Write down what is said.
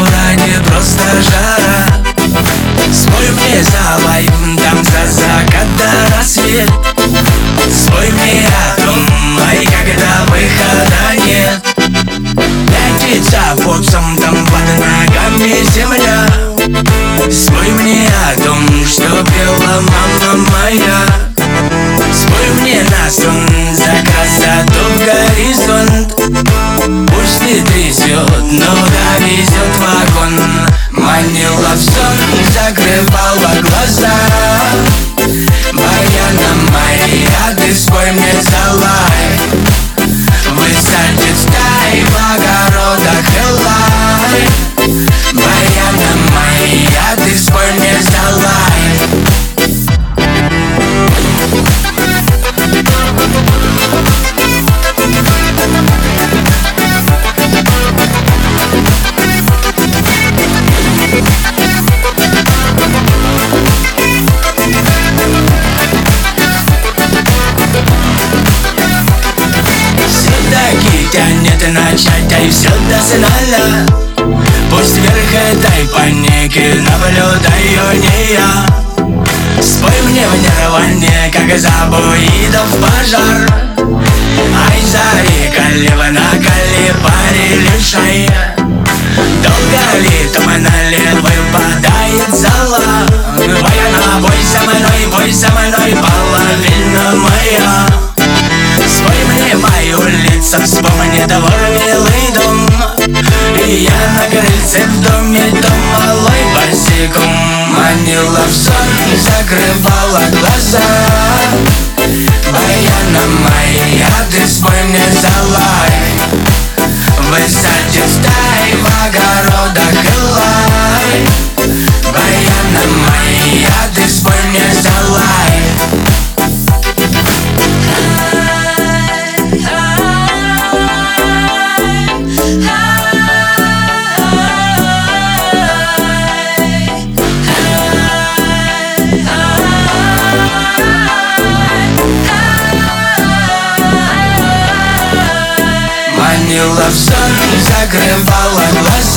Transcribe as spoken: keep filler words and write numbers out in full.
ради просто жара. Спой мне за лайф, там за закат до рассвет. Спой мне о том, ай, когда выхода нет. Пятится попсом, там под ногами земля. Спой мне о том, что пела мама моя. Спой мне на сон за красоту горизонт. Пусть не трясет, но довезет вагон. Манила в сон, закрывала глаза. Баяна моя, ты спой мне за лайф. Высадит стай в огородах элай. Баяна моя, ты спой мне за лайф. Тянет начать, а и все дознала. Пусть вверх этой паники наблюдаю не я. Спой мне в нирване, как забуидов пожар. Ай, зари, калива на калибаре лишая. Долго ли туманали выпадает зала. Баяна, бой со мной, бой со мной, половина моя. Спой мне мою улицу, вспомни двор, милый дом. И я на крыльце в доме, дом малой босиком. Манила в сон, закрывала глаза. Баяна моя, ты спой мне за лайф. Высадит стай в огородах элай. Баяна моя, ты спой мне за лайф. Манила в сон, закрывала глаза.